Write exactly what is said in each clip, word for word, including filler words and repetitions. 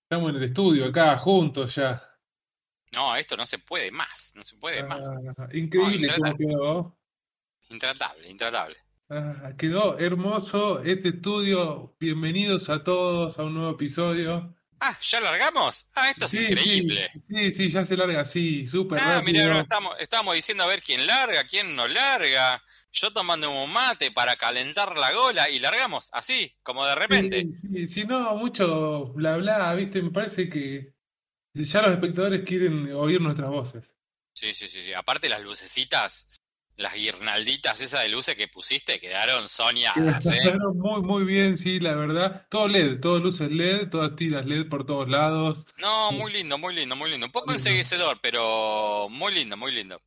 Estamos en el estudio acá, juntos ya. No, esto no se puede más, no se puede más. Ah, No, increíble cómo intratable, quedó. intratable, intratable. Ah, quedó hermoso este estudio. Bienvenidos a todos a un nuevo episodio. Ah, ¿ya largamos? Ah, esto es Sí, sí, increíble. sí, sí, ya se larga así, súper Ah, mira, no, rápido. estamos, estábamos diciendo a ver quién larga, quién no larga. Yo tomando un mate para calentar la gola y largamos así, como de repente. Sí, sí, si no, mucho bla bla, ¿viste? Me parece que ya los espectadores quieren oír nuestras voces. Sí, sí, sí, sí. Aparte las lucecitas, las guirnalditas esas de luces que pusiste quedaron soñadas, ¿eh? Quedaron muy, muy bien, sí, la verdad. Todo L E D, todo luces L E D, todas tiras L E D por todos lados. No, muy lindo, muy lindo, muy lindo. Un poco Lindo. enceguecedor, pero muy lindo, muy lindo.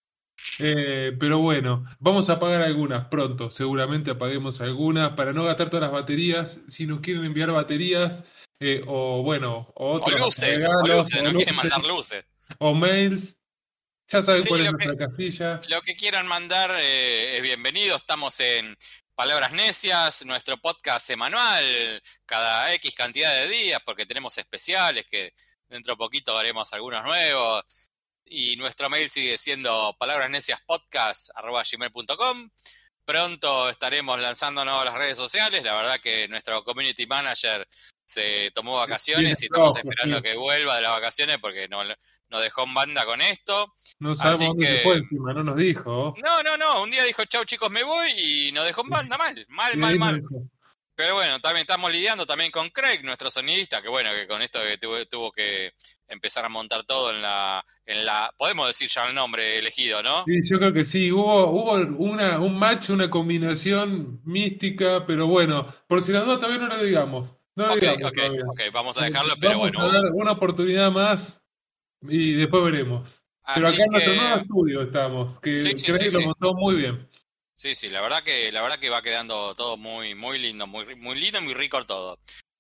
Eh, pero bueno, vamos a apagar algunas pronto, seguramente apaguemos algunas para no gastar todas las baterías. Si nos quieren enviar baterías, eh, o bueno, o O otros luces, o regalos, luces, o no quieren luces, mandar luces. o mails, ya saben Sí, cuál es lo que, nuestra casilla. lo que quieran mandar eh, es bienvenido. Estamos en Palabras Necias, nuestro podcast semanal, cada X cantidad de días, porque tenemos especiales que dentro de poquito haremos algunos nuevos. Y nuestro mail sigue siendo palabrasneciaspodcast arroba gmail punto com. Pronto estaremos lanzándonos a las redes sociales. La verdad que nuestro community manager se tomó Viene vacaciones y estamos flojo, esperando sí. que vuelva de las vacaciones porque no, nos dejó en banda con esto. No sabemos Así dónde se fue que, encima, no nos dijo. no, no, no. Un día dijo, chau chicos, me voy y nos dejó en banda mal, mal, Y mal, ahí nos mal. dejó. Pero bueno, también estamos lidiando también con Craig, nuestro sonidista, que bueno, que con esto que tuvo, tuvo que empezar a montar todo en la, en la, podemos decir ya el nombre elegido, ¿no? Sí, yo creo que sí, hubo, hubo una, un match, una combinación mística, pero bueno, por si las dudas todavía no lo digamos, no lo Ok, digamos ok, todavía. ok, vamos a Eh, dejarlo, pero Vamos a bueno. dar una oportunidad más y después veremos. Pero acá Así en nuestro nuevo que, estudio estamos, sí, que sí, sí, Craig lo sí. montó muy bien. Sí, sí, la verdad que, la verdad que va quedando todo muy, muy lindo, muy, muy lindo y muy rico todo.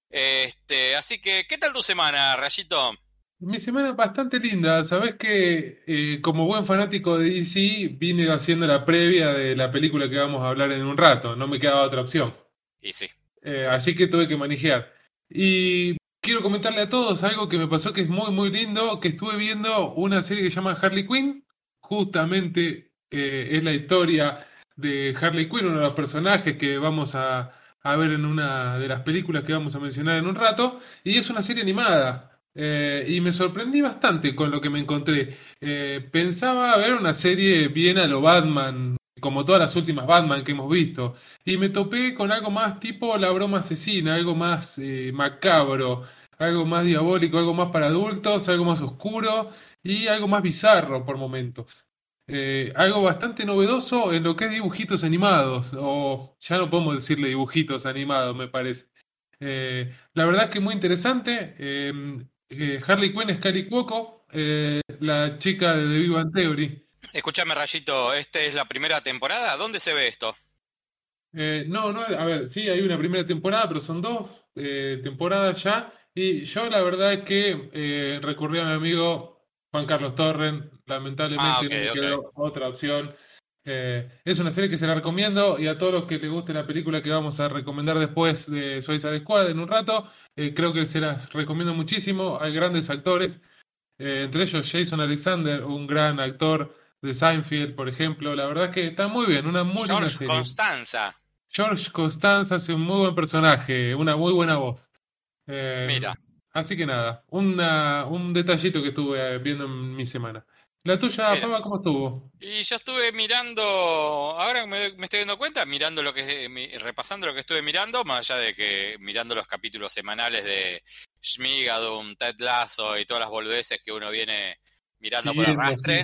Este, así que, ¿qué tal tu semana, Rayito? Mi semana es bastante linda, sabés que eh, como buen fanático de D C vine haciendo la previa de la película que vamos a hablar en un rato, no me quedaba otra opción. Y sí. Eh, así que tuve que manejar. Y quiero comentarle a todos algo que me pasó que es muy, muy lindo, que estuve viendo una serie que se llama Harley Quinn. Justamente eh, es la historia de Harley Quinn, uno de los personajes que vamos a, a ver en una de las películas que vamos a mencionar en un rato. Y es una serie animada. Eh, y me sorprendí bastante con lo que me encontré. Eh, pensaba ver una serie bien a lo Batman, como todas las últimas Batman que hemos visto. Y me topé con algo más tipo La broma asesina, algo más eh, macabro, algo más diabólico, algo más para adultos, algo más oscuro y algo más bizarro por momentos. Eh, algo bastante novedoso en lo que es dibujitos animados, o ya no podemos decirle dibujitos animados, me parece. Eh, la verdad que muy interesante. eh, eh, Harley Quinn es Kylie Cuoco, eh, la chica de The Big Bang Theory. Escúchame, Rayito, ¿esta es la primera temporada? ¿Dónde se ve esto? Eh, no, no, a ver, sí, hay una primera temporada, pero son dos eh, temporadas ya. Y yo la verdad es que eh, recurrí a mi amigo Juan Carlos Torren, Ah, lamentablemente ok, no me ok. quedó otra opción. Eh, es una serie que se la recomiendo y a todos los que les guste la película que vamos a recomendar después de Suicide Squad en un rato, eh, creo que se las recomiendo muchísimo. Hay grandes actores, eh, entre ellos Jason Alexander, un gran actor de Seinfeld, por ejemplo. La verdad es que está muy bien, una muy linda George serie. Constanza. George Costanza hace un muy buen personaje, una muy buena voz. Eh, Mira. Así que nada, una, un detallito que estuve eh, viendo en mi semana. ¿La tuya, Mira. Faba, cómo estuvo? Y yo estuve mirando, ahora me, me estoy dando cuenta, mirando lo que, mi- repasando lo que estuve mirando, más allá de que mirando los capítulos semanales de Shmigadum, Ted Lasso y todas las boludeces que uno viene mirando por Siguiendo, sí. arrastre.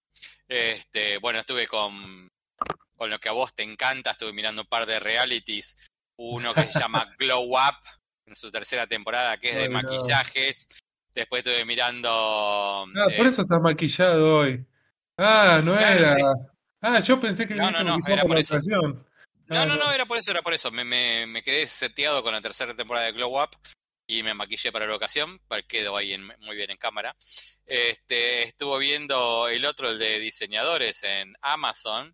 Este, bueno, estuve con, con lo que a vos te encanta, estuve mirando un par de realities, uno que se llama Glow Up, en su tercera temporada, que es de Ay, no. maquillajes. Después estuve mirando, Ah, por eh, eso estás maquillado hoy. Ah, no claro, era. sí, Ah, yo pensé que no, no, viniste no, maquillado era por por la eso. ocasión. No, Ah, no, no. no, era por eso, era por eso. Me, me, me quedé seteado con la tercera temporada de Glow Up y me maquillé para la ocasión, para quedó ahí en- muy bien en cámara. Este, estuvo viendo el otro, el de diseñadores en Amazon.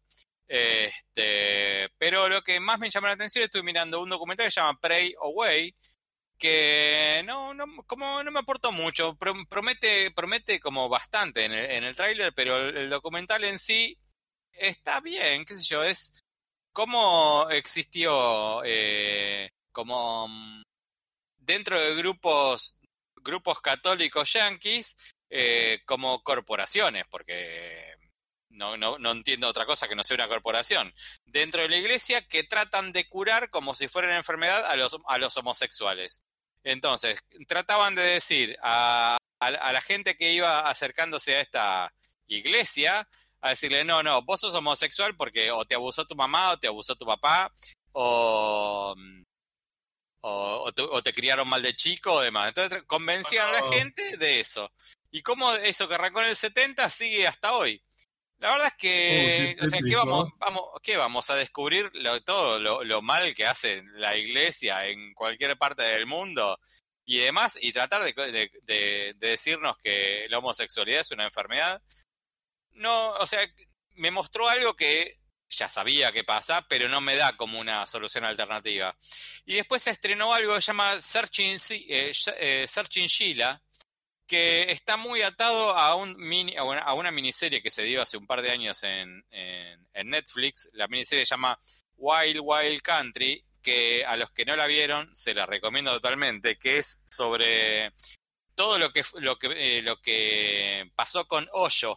Este, pero lo que más me llamó la atención, estuve mirando un documental que se llama Pray Away, que no, no, como no me aportó mucho, Pro- promete, promete como bastante en el, en el tráiler, pero el, el documental en sí está bien, qué sé yo, es cómo existió eh, como mm, dentro de grupos, grupos católicos yanquis, eh, como corporaciones, porque no, no, no entiendo otra cosa que no sea una corporación, dentro de la iglesia que tratan de curar como si fuera una enfermedad a los, a los homosexuales. Entonces, trataban de decir a, a, a la gente que iba acercándose a esta iglesia, a decirle, no, no, vos sos homosexual porque o te abusó tu mamá o te abusó tu papá, o... O, o, te, o, te criaron mal de chico o demás. Entonces convencían a la gente de eso. Y cómo eso que arrancó en el setenta sigue hasta hoy. La verdad es que, Oh, o sea, ¿qué vamos, vamos, qué vamos a descubrir lo, todo lo, lo mal que hace la iglesia en cualquier parte del mundo y demás? Y tratar de, de, de, de decirnos que la homosexualidad es una enfermedad. No, o sea, me mostró algo que ya sabía que pasa, pero no me da como una solución alternativa. Y después se estrenó algo que se llama Searching, eh, eh, Searching Sheila, que está muy atado a, un mini, a, una, a una miniserie que se dio hace un par de años en, en, en Netflix. La miniserie se llama Wild Wild Country, que a los que no la vieron se la recomiendo totalmente, que es sobre todo lo que, lo que, eh, lo que pasó con Hoyo,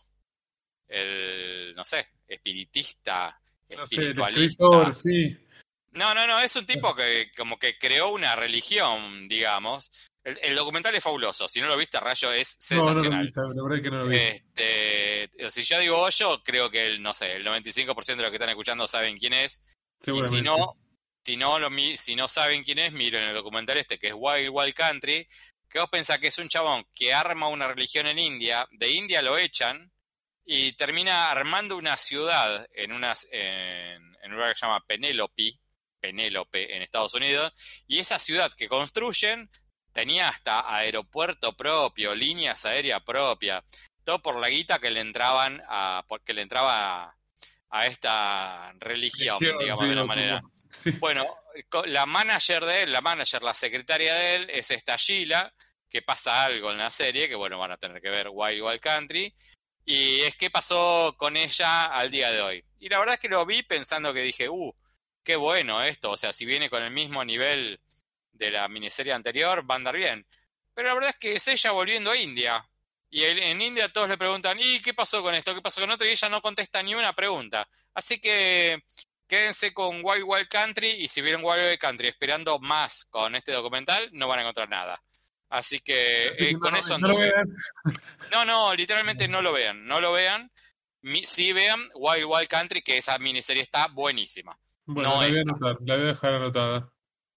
el, no sé, espiritista, No sé, el espiritualista. escritor, sí. No, no, no, es un tipo que como que creó una religión, digamos. El, el documental es fabuloso, si no lo viste, Rayo, es sensacional. No, no lo vi, la verdad es que no lo vi. Este, si yo digo Hoyo, creo que el, no sé, el noventa y cinco por ciento de los que están escuchando saben quién es. Y si no, si no, lo, si no saben quién es, miren el documental este, que es Wild Wild Country, que vos pensás que es un chabón que arma una religión en India, de India lo echan, y termina armando una ciudad en, unas, en, en un lugar que se llama Penélope, Penélope en Estados Unidos, y esa ciudad que construyen tenía hasta aeropuerto propio, líneas aéreas propias, todo por la guita que le entraban a, porque le entraba a, a esta religión, religión, digamos sí, de una no, manera. Sí. Bueno, la manager de él, la manager, la secretaria de él, es esta Sheila, que pasa algo en la serie, que bueno, van a tener que ver Wild Wild Country, y es qué pasó con ella al día de hoy. Y la verdad es que lo vi pensando que dije, uh, qué bueno esto, o sea, si viene con el mismo nivel de la miniserie anterior, va a andar bien. Pero la verdad es que es ella volviendo a India. Y en India todos le preguntan, ¿y qué pasó con esto? ¿Qué pasó con otro? Y ella no contesta ni una pregunta. Así que quédense con Wild Wild Country, y si vieron Wild Wild Country esperando más con este documental, no van a encontrar nada. Así que, Así que eh, no, con eso no anduve. No, no, literalmente no lo vean, no lo vean. Mi, sí vean Wild Wild Country, que esa miniserie está buenísima. Bueno, no la voy a anotar, la voy a dejar anotada.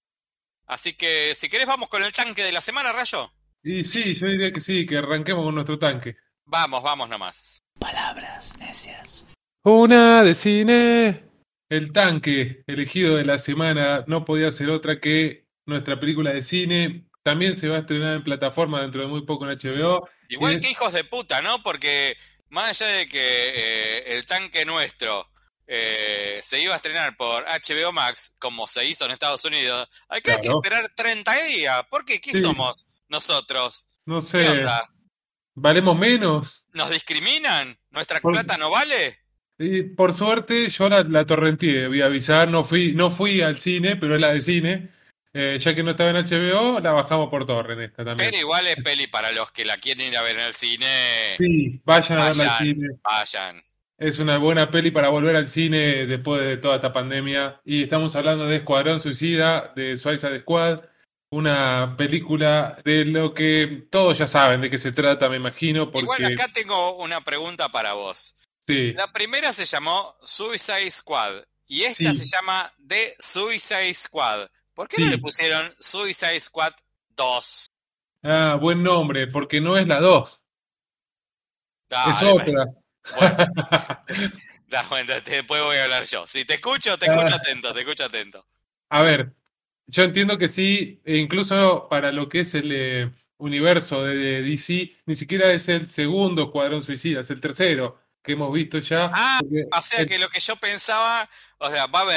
Así que, si querés, vamos con el tanque de la semana, Rayo. Y sí, yo diría que sí, que arranquemos con nuestro tanque. Vamos, vamos nomás. Palabras necias. Una de cine. El tanque elegido de la semana no podía ser otra que nuestra película de cine. También se va a estrenar en plataforma dentro de muy poco en H B O. Igual es... que hijos de puta, ¿no? Porque más allá de que eh, el tanque nuestro eh, se iba a estrenar por H B O Max, como se hizo en Estados Unidos, hay que, claro. que esperar treinta días. ¿Por qué? ¿Qué sí. somos nosotros? No sé. ¿Qué onda? ¿Valemos menos? ¿Nos discriminan? ¿Nuestra por... plata no vale? Y por suerte yo la, la torrenteé, voy a avisar, no fui, no fui al cine, pero es la de cine. Eh, ya que no estaba en H B O, la bajamos por torrent esta también. Pero igual es peli para los que la quieren ir a ver en el cine. Sí, vayan, vayan a verla al cine. Vayan. Es una buena peli para volver al cine después de toda esta pandemia. Y estamos hablando de Escuadrón Suicida, de Suicide Squad. Una película de lo que todos ya saben de qué se trata, me imagino. Porque... Igual acá tengo una pregunta para vos. Sí. La primera se llamó Suicide Squad y esta sí. se llama The Suicide Squad. ¿Por qué sí. no le pusieron Suicide Squad dos? Ah, buen nombre, porque no es la dos. Dale, es otra. Bueno, da, bueno, después voy a hablar yo. Si te escucho, te escucho atento, te escucho atento. A ver, yo entiendo que sí, e incluso para lo que es el eh, universo de, de D C, ni siquiera es el segundo Escuadrón Suicida, es el tercero que hemos visto ya. Ah, o sea el... que lo que yo pensaba, o sea, va a haber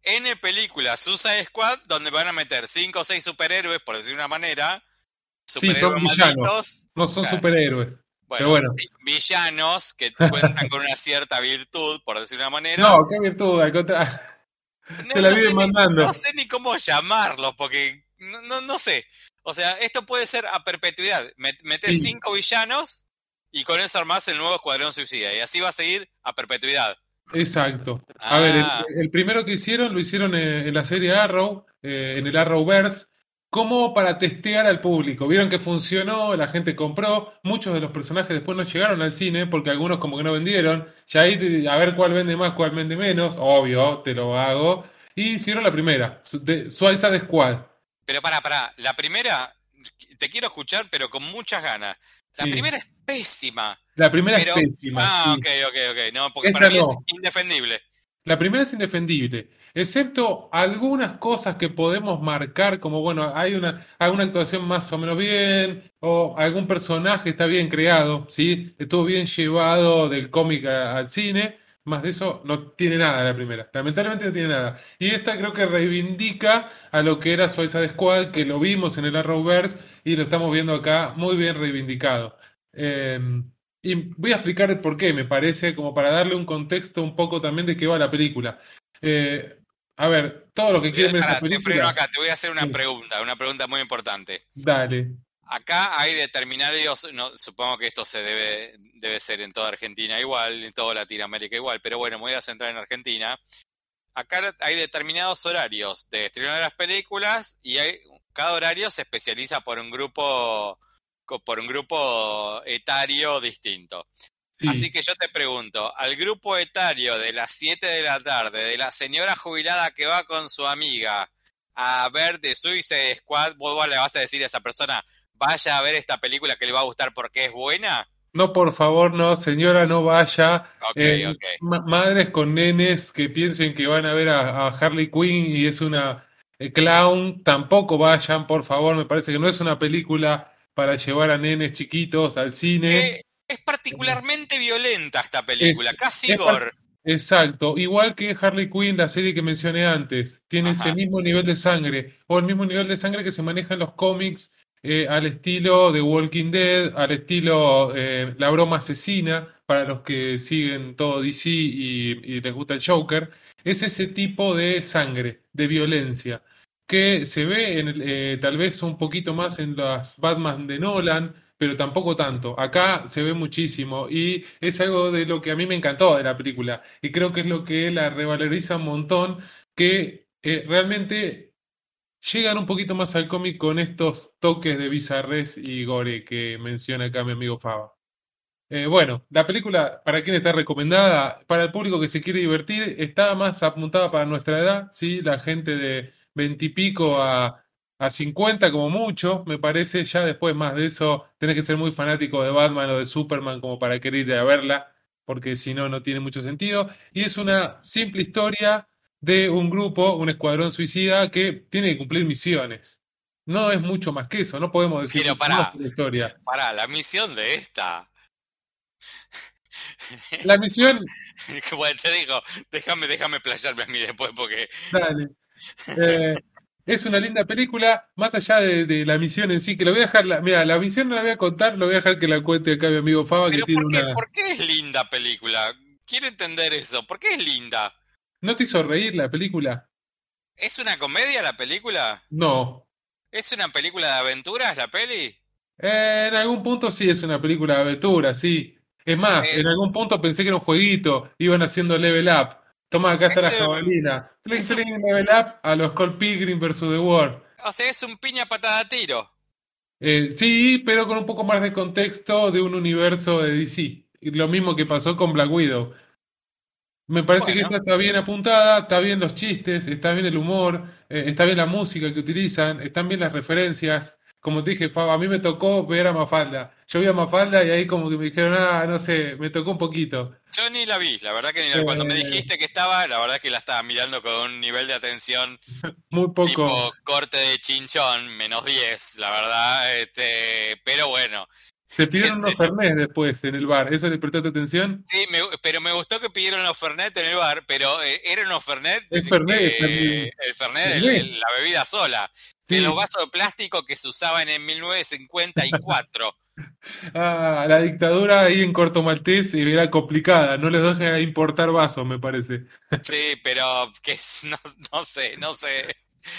N películas Suicide Squad donde van a meter cinco o seis superhéroes, por decir una manera, Sí, son superhéroes villanos, malditos, no son claro, superhéroes. Pero bueno, bueno, vi- villanos que cuentan con una cierta virtud, por decir una manera. no, qué virtud, al contrario. No, Se la no sé viven ni, no mandando. sé ni cómo llamarlos, porque no, no, no sé. O sea, esto puede ser a perpetuidad. Met- Metés Sí, cinco villanos y con eso armás el nuevo Escuadrón Suicida. Y así va a seguir a perpetuidad. exacto. A ver, el, Ah, el primero que hicieron lo hicieron en, en la serie Arrow, eh, en el Arrowverse, como para testear al público. Vieron que funcionó, la gente compró, muchos de los personajes después no llegaron al cine porque algunos como que no vendieron. Ya ahí te- a ver cuál vende más, cuál vende menos, obvio, te lo hago. Y hicieron la primera, Su- de- Suicide Squad. pero pará, pará. La primera, te quiero escuchar, pero con muchas ganas. La Sí, primera es pésima. la primera es Pero, pésima, ah, ok, sí. ok, ok. No, porque para Esta mí es no. indefendible. La primera es indefendible, excepto algunas cosas que podemos marcar, como bueno, hay una, alguna actuación más o menos bien, o algún personaje está bien creado, ¿sí? Estuvo bien llevado del cómic a- al cine, más de eso no tiene nada la primera, lamentablemente no tiene nada. Y esta creo que reivindica a lo que era Suicide Squad, que lo vimos en el Arrowverse y lo estamos viendo acá muy bien reivindicado. Eh, y voy a explicar el por qué, me parece, como para darle un contexto un poco también de qué va la película. Eh, a ver, todo lo que Te- quieren ver esta Pará, te freno película, acá. Te voy a hacer una sí, pregunta, una pregunta muy importante. dale. Acá hay determinados, no, supongo que esto se debe, debe ser en toda Argentina igual, en toda Latinoamérica igual, pero bueno, me voy a centrar en Argentina. Acá hay determinados horarios de estreno de las películas y hay, cada horario se especializa por un grupo, co- por un grupo etario distinto. Así Sí. que yo te pregunto, al grupo etario de las siete de la tarde, de la señora jubilada que va con su amiga a ver The Suicide Squad, vos le vas a decir a esa persona, vaya a ver esta película que le va a gustar porque es buena. No, por favor, no, señora, no vaya. Ok, Eh, ok. ma- madres con nenes que piensen que van a ver a, a Harley Quinn y es una eh, clown, tampoco vayan, por favor. Me parece que no es una película para llevar a nenes chiquitos al cine. Que es particularmente violenta esta Es, película, casi es par- gore. exacto, igual que Harley Quinn, la serie que mencioné antes, tiene ese Ajá. mismo nivel de sangre, o el mismo nivel de sangre que se maneja en los cómics, eh, al estilo de Walking Dead, al estilo eh, La Broma Asesina, para los que siguen todo D C y, y les gusta el Joker, es ese tipo de sangre, de violencia, que se ve en el- eh, tal vez un poquito más en las Batman de Nolan, pero tampoco tanto. Acá se ve muchísimo y es algo de lo que a mí me encantó de la película y creo que es lo que la revaloriza un montón, que eh, realmente llegan un poquito más al cómic con estos toques de bizarrés y gore que menciona acá mi amigo Fava. Eh, bueno, la película, ¿para quién está recomendada? Para el público que se quiere divertir, está más apuntada para nuestra edad, ¿sí? La gente de veintipico a, a cincuenta como mucho, me parece. Ya después más de eso, tenés que ser muy fanático de Batman o de Superman como para querer ir a verla, porque si no, no tiene mucho sentido. Y es una simple historia de un grupo, un escuadrón suicida que tiene que cumplir misiones. No es mucho más que eso, no podemos decir Pero mucho más pará, de la historia. pará, la misión de esta. La misión, Bueno, te digo, déjame, déjame playarme a mí después porque. dale. Eh, es una linda película, más allá de, de la misión en sí, que lo voy a dejar, la, mira, la misión no la voy a contar, lo voy a dejar que la cuente acá mi amigo Faba, que Pero tiene ¿por qué, una... por qué es linda película? Quiero entender eso. ¿Por qué es linda? ¿No te hizo reír la película? ¿Es una comedia la película? No. ¿Es una película de aventuras la peli? Eh, en algún punto sí es una película de aventura, sí. Es más, Eh, en algún punto pensé que era un jueguito, iban haciendo level up. Toma, acá está es la un, jabalina. Plin, es un, plin, level up a los Cold Pilgrim versus The World. o sea, es un piña patada tiro. Eh, sí, pero con un poco más de contexto de un universo de D C. Y lo mismo que pasó con Black Widow. Me parece que Bueno, esta está bien apuntada, está bien los chistes, está bien el humor, eh, está bien la música que utilizan, están bien las referencias. Como te dije, Faba, a mí me tocó ver a Mafalda. Yo vi a Mafalda y ahí como que me dijeron, ah, no sé, me tocó un poquito. yo ni la vi, la verdad que ni la vi. Cuando me Eh, dijiste que estaba, la verdad que la estaba mirando con un nivel de atención muy tipo poco. corte de chinchón, menos diez, la verdad. Este, pero bueno. Se qué pidieron sé unos yo. Fernet después en el bar. ¿Eso le prestaste atención? Sí, me- pero me gustó que pidieron los Fernet en el bar, pero eh, eran los Fernet, Es de- Fernet, es eh, Fernet. el Fernet, el- Fernet. el- la bebida sola, de los Sí. vasos de plástico que se usaban en mil novecientos cincuenta y cuatro. Ah, la dictadura ahí en Corto Maltés era complicada. No les dejan importar vasos, me parece. Sí, pero que es- no, no sé, no sé.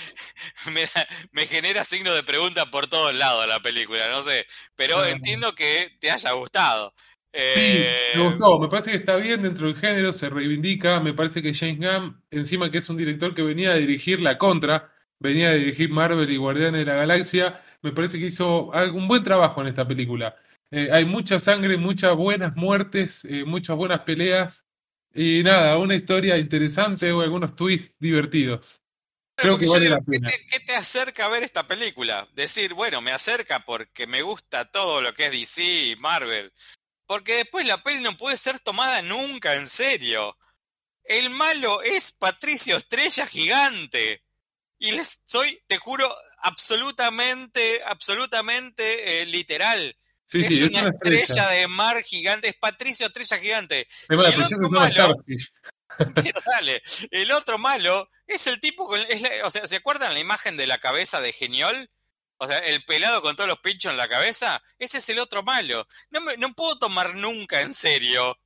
Me, me genera signo de pregunta por todos lados la película, no sé. Pero Ah, entiendo que te haya gustado. sí, me Eh, gustó. Me parece que está bien dentro del género, se reivindica. Me parece que James Gunn, encima que es un director que venía a dirigir La Contra, venía a dirigir Marvel y Guardianes de la Galaxia, me parece que hizo algo- un buen trabajo en esta película. Eh, hay mucha sangre, muchas buenas muertes, eh, muchas buenas peleas y nada, una historia interesante o algunos twists divertidos. Claro, Creo porque que yo vale digo, la ¿qué pena. te, qué te acerca a ver esta película? Decir, bueno, me acerca porque me gusta todo lo que es D C y Marvel. Porque después la peli no puede ser tomada nunca en serio. El malo es Patricio Estrella Gigante. Y les soy, te juro, absolutamente, absolutamente eh, literal. Sí, Es sí, es una una estrella. estrella de mar gigante, es Patricio Estrella Gigante. Además, Y la el presión otro se llama malo, Starfish. pero dale, el otro malo es el tipo con, es la- o sea, ¿se acuerdan la imagen de la cabeza de Geniol? O sea, el pelado con todos los pinchos en la cabeza, ese es el otro malo. No me, no puedo tomar nunca en serio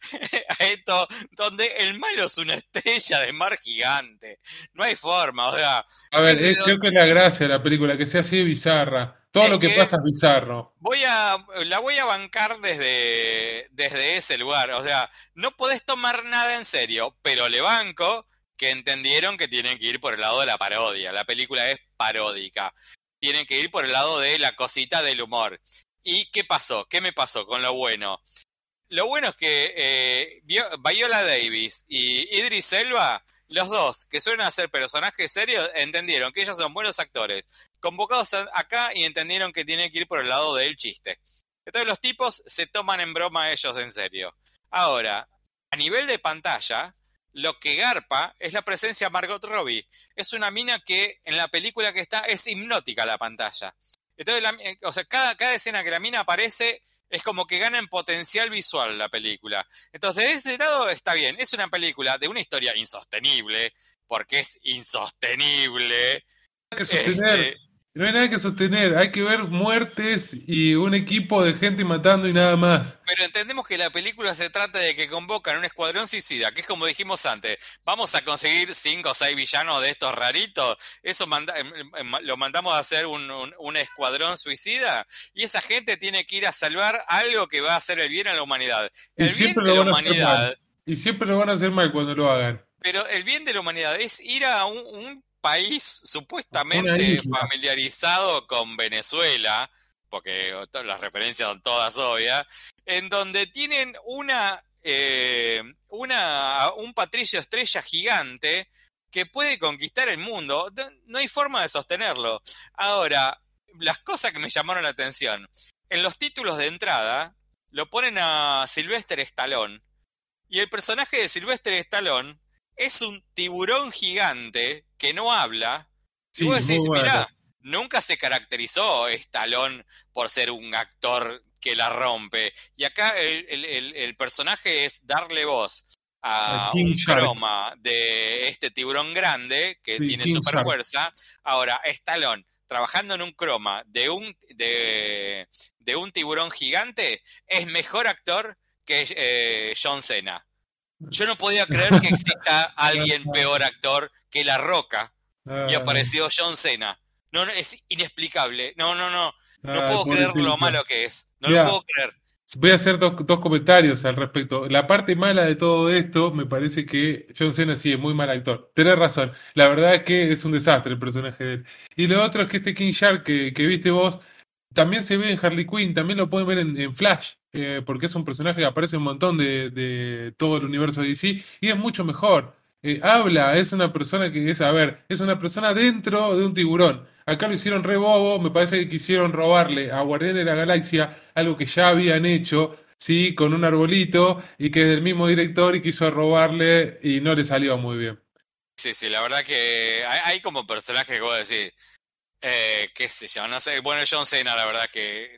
a esto, donde el malo es una estrella de mar gigante. No hay forma, o sea, A qué ver, sé es- yo, creo que es la gracia de la película, que sea así de bizarra. Todo es lo que que pasa es bizarro. voy a, la voy a bancar desde, desde ese lugar. O sea, no podés tomar nada en serio, pero le banco que entendieron que tienen que ir por el lado de la parodia. La película es paródica. Tienen que ir por el lado de la cosita del humor. ¿Y qué pasó? ¿Qué me pasó con lo bueno? Lo bueno es que eh, Viola Davis y Idris Elba, los dos, que suelen hacer personajes serios, entendieron que ellos son buenos actores, convocados a, acá y entendieron que tienen que ir por el lado del chiste. Entonces los tipos se toman en broma a ellos en serio. Ahora, a nivel de pantalla, lo que garpa es la presencia de Margot Robbie. Es una mina que en la película que está es hipnótica la pantalla. Entonces, la, o sea, cada, cada escena que la mina aparece es como que gana en potencial visual la película. Entonces, de ese lado está bien. Es una película de una historia insostenible, porque es insostenible. Hay que sostener, Este, no hay nada que sostener, hay que ver muertes y un equipo de gente matando y nada más. pero entendemos que la película se trata de que convocan un escuadrón suicida, que es como dijimos antes, vamos a conseguir cinco o seis villanos de estos raritos, eso manda, em, em, lo mandamos a hacer un, un, un escuadrón suicida, y esa gente tiene que ir a salvar algo que va a hacer el bien a la humanidad. Y El bien siempre de lo la van a hacer mal. humanidad, Y siempre lo van a hacer mal cuando lo hagan. pero el bien de la humanidad es ir a un, un país Una supuestamente isla. familiarizado con Venezuela, porque las referencias son todas obvias, en donde tienen una, eh, una un Patricio Estrella gigante que puede conquistar el mundo. No hay forma de sostenerlo. Ahora, las cosas que me llamaron la atención. En los títulos de entrada lo ponen a Sylvester Stallone. Y el personaje de Sylvester Stallone es un tiburón gigante que no habla. Y Sí, vos muy decís, bueno. mirá, nunca se caracterizó Stallone por ser un actor que la rompe. Y acá el, el, el, el personaje es darle voz A a King un Shark. croma de este tiburón grande que Sí, tiene King super Shark. fuerza. Ahora, Stallone trabajando en un croma de un, de, de un tiburón gigante es mejor actor que eh, John Cena. Yo no podía creer que exista alguien peor actor que La Roca y Ah, apareció John Cena. No, no, es inexplicable. No, no, no. No ah, puedo creer lo pobrecito. malo que es. No lo Mira, puedo creer. voy a hacer dos, dos comentarios al respecto. La parte mala de todo esto, me parece que John Cena sí es muy mal actor. Tenés razón. La verdad es que es un desastre el personaje de él. Y lo otro es que este King Shark que, que viste vos, también se ve en Harley Quinn, también lo pueden ver en, en Flash, eh, porque es un personaje que aparece un montón de, de todo el universo de D C y es mucho mejor. Eh, habla, es una persona que es, a ver, es una persona dentro de un tiburón. Acá lo hicieron re bobo, me parece que quisieron robarle a Guardianes de la Galaxia algo que ya habían hecho, sí, con un arbolito y que es del mismo director y quiso robarle y no le salió muy bien. Sí, sí, la verdad que hay, hay como personajes que vos decís, eh, qué sé yo, no sé. Bueno, John Cena, la verdad que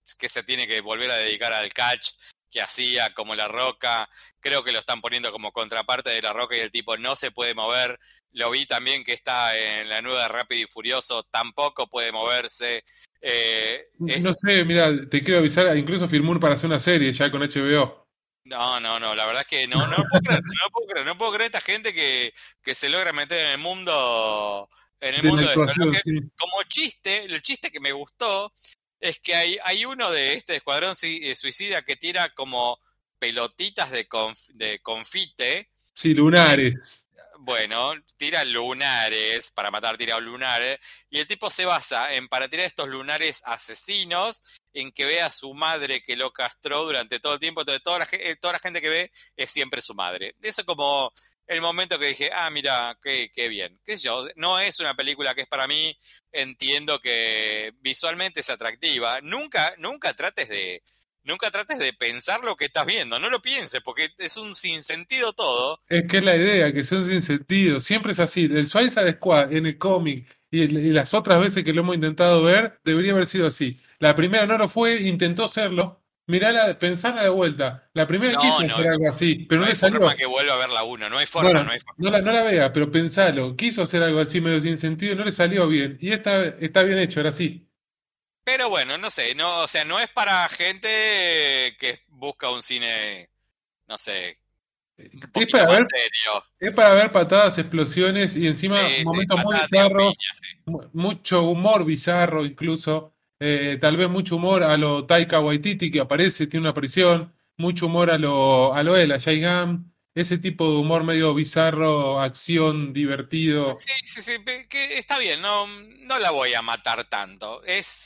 que se tiene que volver a dedicar al catch que hacía como La Roca. Creo que lo están poniendo como contraparte de La Roca y el tipo no se puede mover. Lo vi también que está en la nueva Rápido y Furioso, tampoco puede moverse. Eh, es... No sé, mira, te quiero avisar, incluso firmó para hacer una serie ya con H B O. No, no, no, la verdad es que no, no lo puedo creer, no lo puedo creer, no puedo creer esta gente que, que se logra meter en el mundo, en el De la mundo de esto. Lo actuación, que, sí. como chiste, el chiste que me gustó es que hay, hay uno de este escuadrón suicida que tira como pelotitas de, conf, de confite. Sí, lunares. Bueno, tira lunares, para matar tira lunares, y el tipo se basa en, para tirar estos lunares asesinos, en que ve a su madre que lo castró durante todo el tiempo, entonces toda la, toda la gente que ve es siempre su madre. Eso como el momento que dije, ah, mira, qué, qué bien, qué sé yo, no es una película que es para mí, entiendo que visualmente es atractiva, nunca, nunca trates de... Nunca trates de pensar lo que estás viendo, no lo pienses, porque es un sinsentido todo. Es que es la idea, que son sin sentido. Siempre es así. El Suicide Squad en el cómic y, el- y las otras veces que lo hemos intentado ver, debería haber sido así. La primera no lo fue, intentó serlo. Mirala, pensala de vuelta. La primera quiso No, no, hacer algo así, pero no no hay le forma salió. que vuelva a ver la uno, no hay forma, Bueno, no hay forma. no la, no la vea, pero pensalo. Quiso hacer algo así medio sin sentido y no le salió bien. Y esta está bien hecho, ahora sí. Pero bueno, no sé, no, o sea, no es para gente que busca un cine, no sé, un Es poquito para más ver, serio. es para ver patadas, explosiones y encima Sí, sí, momentos muy patadas, tiros, bizarros. piñas, sí. mu- mucho humor bizarro incluso, eh, tal vez mucho humor a lo Taika Waititi que aparece, tiene una aparición, mucho humor a lo, a lo él, a Jay Gunn, ese tipo de humor medio bizarro, acción, divertido. Sí, sí, sí, pe- que está bien, no, no la voy a matar tanto. Es,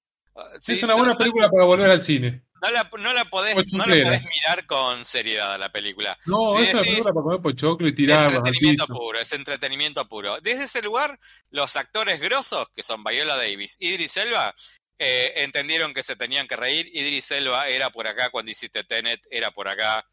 Es sí, una no, buena no, película para volver al cine, no la, no la podés, no la pochoclera. podés mirar con seriedad a la película. No, Si es una película decís, para comer pochoclo y tirarlos al entretenimiento piso. puro, es entretenimiento puro. Desde ese lugar, los actores grosos, que son Viola Davis y Idris Elba, eh, entendieron que se tenían que reír. Idris Elba era por acá cuando hiciste Tenet, era por acá.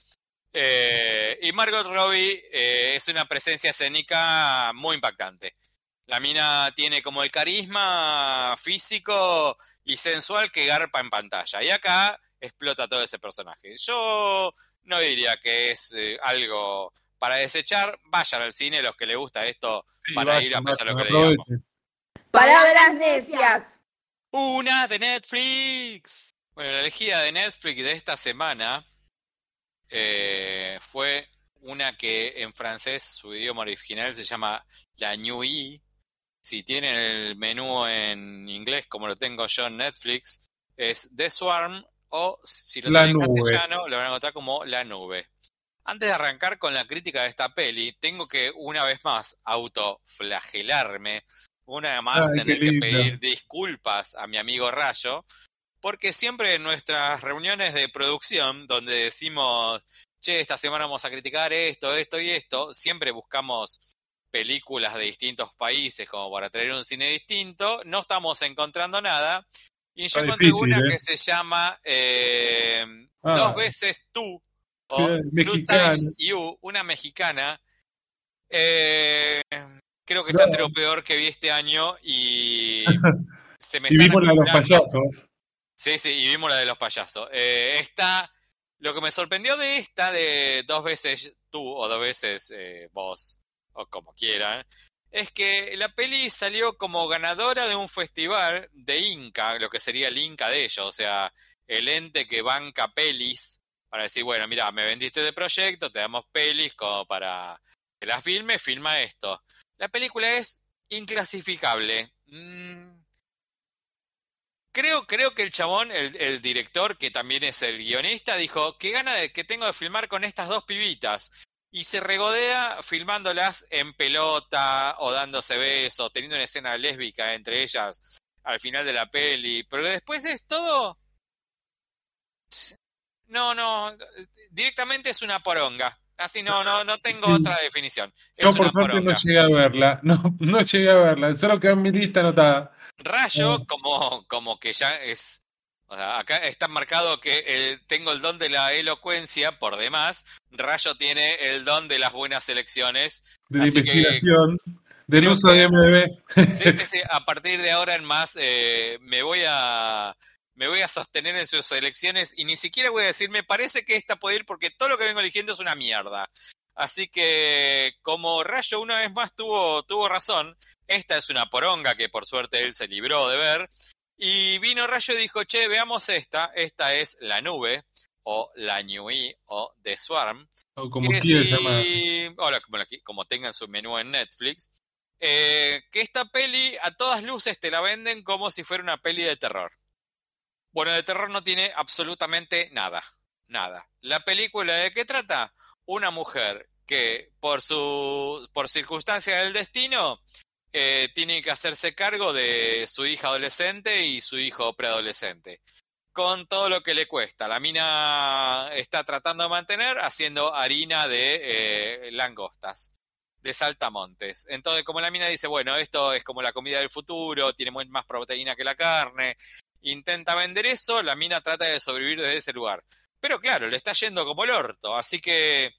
Eh, y Margot Robbie eh, es una presencia escénica muy impactante. La mina tiene como el carisma físico y sensual que garpa en pantalla. Y acá explota todo ese personaje. Yo no diría que es eh, algo para desechar. Vayan al cine los que les gusta esto Sí, para ir a vayan, pesar de vayan, lo que le digamos. aprovechen. Palabras necias. Una de Netflix. Bueno, la elegida de Netflix de esta semana eh, fue una que en francés, su idioma original se llama La Nuit. Si tienen el menú en inglés, como lo tengo yo en Netflix, es The Swarm, o si lo La tienen en nube. castellano, lo van a encontrar como La Nube. Antes de arrancar con la crítica de esta peli, tengo que una vez más autoflagelarme, una vez más Ay, qué tener que lindo. pedir disculpas a mi amigo Rayo, porque siempre en nuestras reuniones de producción, donde decimos, che, esta semana vamos a criticar esto, esto y esto, siempre buscamos películas de distintos países como para traer un cine distinto, no estamos encontrando nada, y yo Está encontré difícil, una ¿eh? que se llama eh, Ah, Dos veces tú, o mira, Two mexicano. Times You, una mexicana. Eh, creo que está entre lo peor que vi este año y se me Y están vimos la de los acumulando. payasos. Sí, sí, y vimos la de los payasos. Eh, esta, lo que me sorprendió de esta, de dos veces tú o dos veces eh, vos, o como quieran, es que la peli salió como ganadora de un festival de Inca, lo que sería el Inca de ellos, o sea, el ente que banca pelis para decir, bueno, mira, me vendiste de proyecto, te damos pelis como para que la filme, filma esto. La película es inclasificable. Mm. Creo, creo que el chabón, el, el director, que también es el guionista, dijo, qué gana de que tengo de filmar con estas dos pibitas. Y se regodea filmándolas en pelota o dándose besos, teniendo una escena lésbica entre ellas al final de la peli. Pero después es todo... No, no, directamente es una poronga. Así no, no, no tengo Sí. otra definición. Es Yo por una suerte no poronga. llegué a verla. No, no llegué a verla. Solo quedó en mi lista anotada. Rayo, Eh, como, como que ya es... O sea, acá está marcado que eh, tengo el don de la elocuencia por demás. Rayo tiene el don de las buenas elecciones. de la Así que investigación, del creo uso de que... I M D B. Sí, sí, sí. A partir de ahora en más eh, me voy a... me voy a sostener en sus elecciones y ni siquiera voy a decir, me parece que esta puede ir porque todo lo que vengo eligiendo es una mierda. Así que, como Rayo una vez más tuvo, tuvo razón, esta es una poronga que por suerte él se libró de ver, y vino Rayo y dijo, che, veamos esta, esta es La Nube, o La Nuit, o The Swarm, O como que quieras si, llamar. o la- como, la- como tengan su menú en Netflix, eh, que esta peli a todas luces te la venden como si fuera una peli de terror. Bueno, de terror no tiene absolutamente nada, nada. ¿La película de qué trata? Una mujer que por su por circunstancia del destino eh, tiene que hacerse cargo de su hija adolescente y su hijo preadolescente, con todo lo que le cuesta. La mina está tratando de mantener haciendo harina de eh, langostas, de saltamontes. Entonces, como la mina dice, bueno, esto es como la comida del futuro, tiene muy más proteína que la carne, intenta vender eso, la mina trata de sobrevivir desde ese lugar. Pero claro, le está yendo como el orto, así que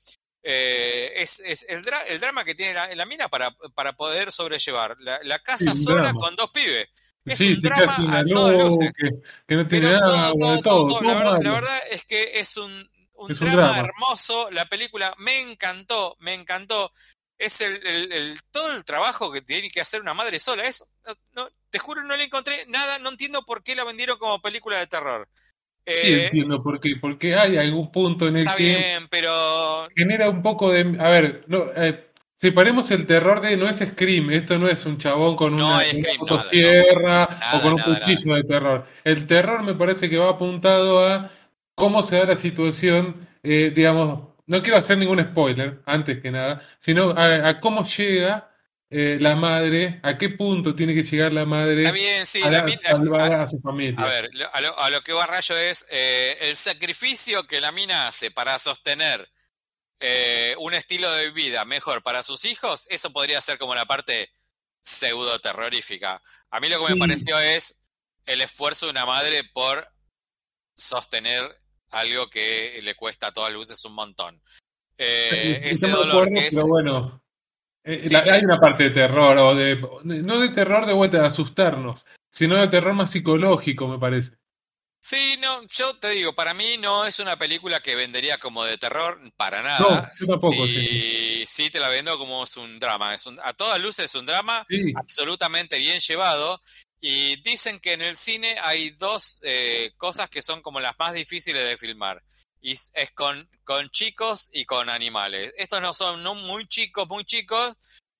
eh, es, es el, dra- el drama que tiene la, la mina para, para poder sobrellevar. La, la Sí, casa un sola drama. con dos pibes. Es Sí, un se queda drama sin la a todas luz, luces. que, que no tiene Pero todo, agua, de todo, todo, todo, todo. La todo verdad, la malo. verdad es que es un, un Es un drama drama. hermoso. La película me encantó, me encantó. Es el, el, el- todo el trabajo que tiene que hacer una madre sola. Es, no, no, te juro, no le encontré nada. No entiendo por qué la vendieron como película de terror. Sí, Eh, entiendo por qué. Porque hay algún punto en el está que bien, pero genera un poco de... A ver, no, eh, separemos el terror de... No es Scream, esto no es un chabón con no una, hay una Scream, nada, no. motosierra o con Nada, un nada, nada. cuchillo de terror. El terror me parece que va apuntado a cómo se da la situación, eh, digamos, no quiero hacer ningún spoiler, antes que nada, sino a, a cómo llega eh, la madre, a qué punto tiene que llegar la Está madre bien, sí, a, la, la- min- la- salvar a, a su a familia. ver, lo- a, lo, a lo que va Rayo es eh, el sacrificio que la mina hace para sostener eh, un estilo de vida mejor para sus hijos, eso podría ser como la parte pseudo terrorífica. A mí lo que me Sí, pareció es el esfuerzo de una madre por sostener algo que le cuesta a todas luces un montón. Eh, ese estamos de dolor acuerdo, que es... pero bueno. Eh, Sí, la- hay sí. una parte de terror, o de, no de terror de vuelta de asustarnos, sino de terror más psicológico, me parece. Sí, no, yo te digo, para mí no es una película que vendería como de terror, para nada. No, yo tampoco, sí. Sí, sí te la vendo como es un drama. Es un, a todas luces es un drama Sí, absolutamente bien llevado. Y dicen que en el cine hay dos eh, cosas que son como las más difíciles de filmar. Y es es con, con chicos y con animales. Estos no son no muy chicos, muy chicos,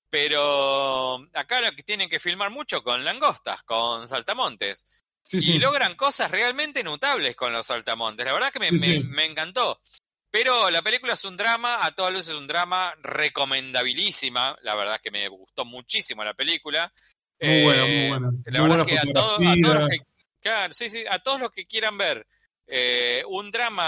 pero acá lo que tienen que filmar mucho con langostas, con saltamontes. sí, Y sí, logran cosas realmente notables con los saltamontes. La verdad que me, sí, me, sí. me encantó. Pero la película es un drama, a todas luces es un drama recomendabilísima. La verdad que me gustó muchísimo la película. Muy buena, muy Eh, buena. la Muy verdad buena es que a, todo, a todos los fotografía. que, claro, sí, sí, a todos los que quieran ver eh, un